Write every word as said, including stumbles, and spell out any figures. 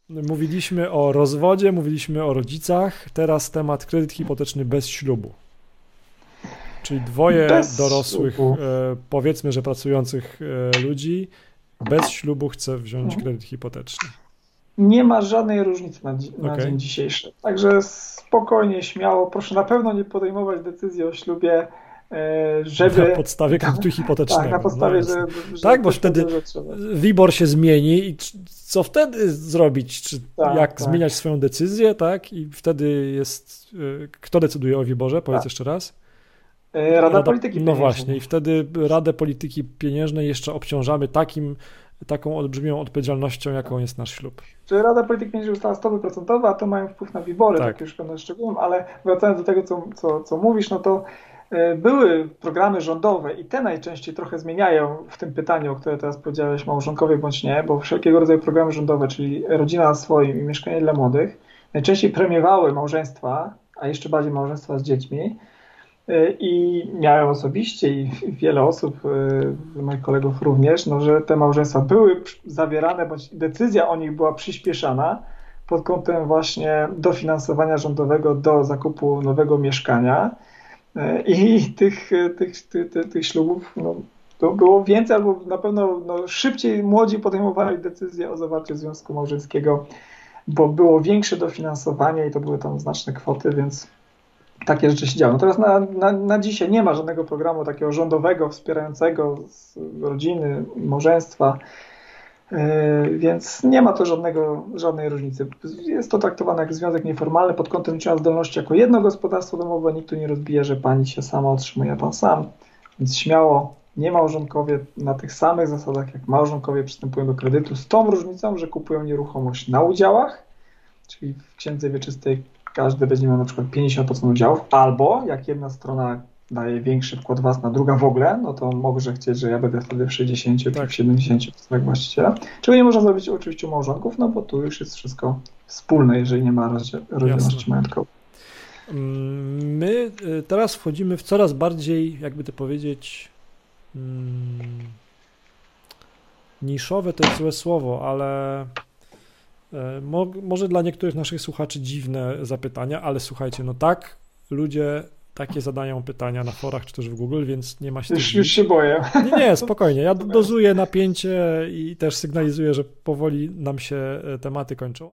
Mówiliśmy o rozwodzie, mówiliśmy o rodzicach, teraz temat kredyt hipoteczny bez ślubu. Czyli dwoje Bez dorosłych, ślubu. e, powiedzmy, że pracujących e, ludzi bez ślubu chce wziąć kredyt hipoteczny. Nie ma żadnej różnicy na, dzi- na Okej. dzień dzisiejszy. Także spokojnie, śmiało, proszę na pewno nie podejmować decyzji o ślubie, e, żeby... Na podstawie kredytu hipotecznego. Tak, na podstawie, No że, jasne. że... Tak, bo coś wtedy takiego trzeba. WIBOR się zmieni i c- co wtedy zrobić? Czy Tak, jak tak. zmieniać swoją decyzję, tak? I wtedy jest... y, Kto decyduje o WIBORze? Powiedz Tak. jeszcze raz. E, Rada Polityki No Pieniężnej. właśnie, i wtedy Radę Polityki Pieniężnej jeszcze obciążamy takim, taką olbrzymią odpowiedzialnością, jaką jest nasz ślub. Czy Rada Polityki Pieniężnej ustala stopy procentowe, a to mają wpływ na WIBORy, Tak. tak już będę szczegółem, ale wracając do tego, co, co, co mówisz, no to e, były programy rządowe i te najczęściej trochę zmieniają w tym pytaniu, o które teraz powiedziałeś, małżonkowie bądź nie, bo wszelkiego rodzaju programy rządowe, czyli rodzina na swoim i mieszkanie dla młodych, najczęściej premiowały małżeństwa, a jeszcze bardziej małżeństwa z dziećmi. I miałem osobiście i wiele osób, y, moich kolegów również, no, że te małżeństwa były zawierane, bądź decyzja o nich była przyspieszana pod kątem właśnie dofinansowania rządowego do zakupu nowego mieszkania. Y, I tych, tych, tych, tych, tych ślubów no, to było więcej, albo na pewno no, szybciej młodzi podejmowali decyzję o zawarciu związku małżeńskiego, bo było większe dofinansowanie i to były tam znaczne kwoty, więc takie rzeczy się działy. Natomiast na, na, na dzisiaj nie ma żadnego programu takiego rządowego, wspierającego z rodziny, małżeństwa, yy, więc nie ma to żadnego, żadnej różnicy. Jest to traktowane jak związek nieformalny pod kątem liczenia zdolności jako jedno gospodarstwo domowe. Nikt tu nie rozbija, że pani się sama otrzymuje, a pan sam. Więc śmiało, nie małżonkowie na tych samych zasadach jak małżonkowie przystępują do kredytu, z tą różnicą, że kupują nieruchomość na udziałach, czyli w księdze wieczystej każdy będzie miał na przykład pięćdziesiąt procent udziałów, albo jak jedna strona daje większy wkład własny, a druga w ogóle, no to może chcieć, że ja będę wtedy w sześćdziesięciu Tak. czy w siedemdziesięciu procent właściciela. Czego nie można zrobić oczywiście u małżonków, no bo tu już jest wszystko wspólne, jeżeli nie ma rozdzia- rozdzielności Jasne. majątkowej. Mm, My y, teraz wchodzimy w coraz bardziej, jakby to powiedzieć, mm, niszowe to jest złe słowo, ale e, mo, może dla niektórych naszych słuchaczy dziwne zapytania, ale słuchajcie, no tak, ludzie takie zadają pytania na forach czy też w Google, więc nie ma się Już, tych już się boję. Nie, nie, spokojnie. Ja dozuję napięcie i też sygnalizuję, że powoli nam się e, tematy kończą.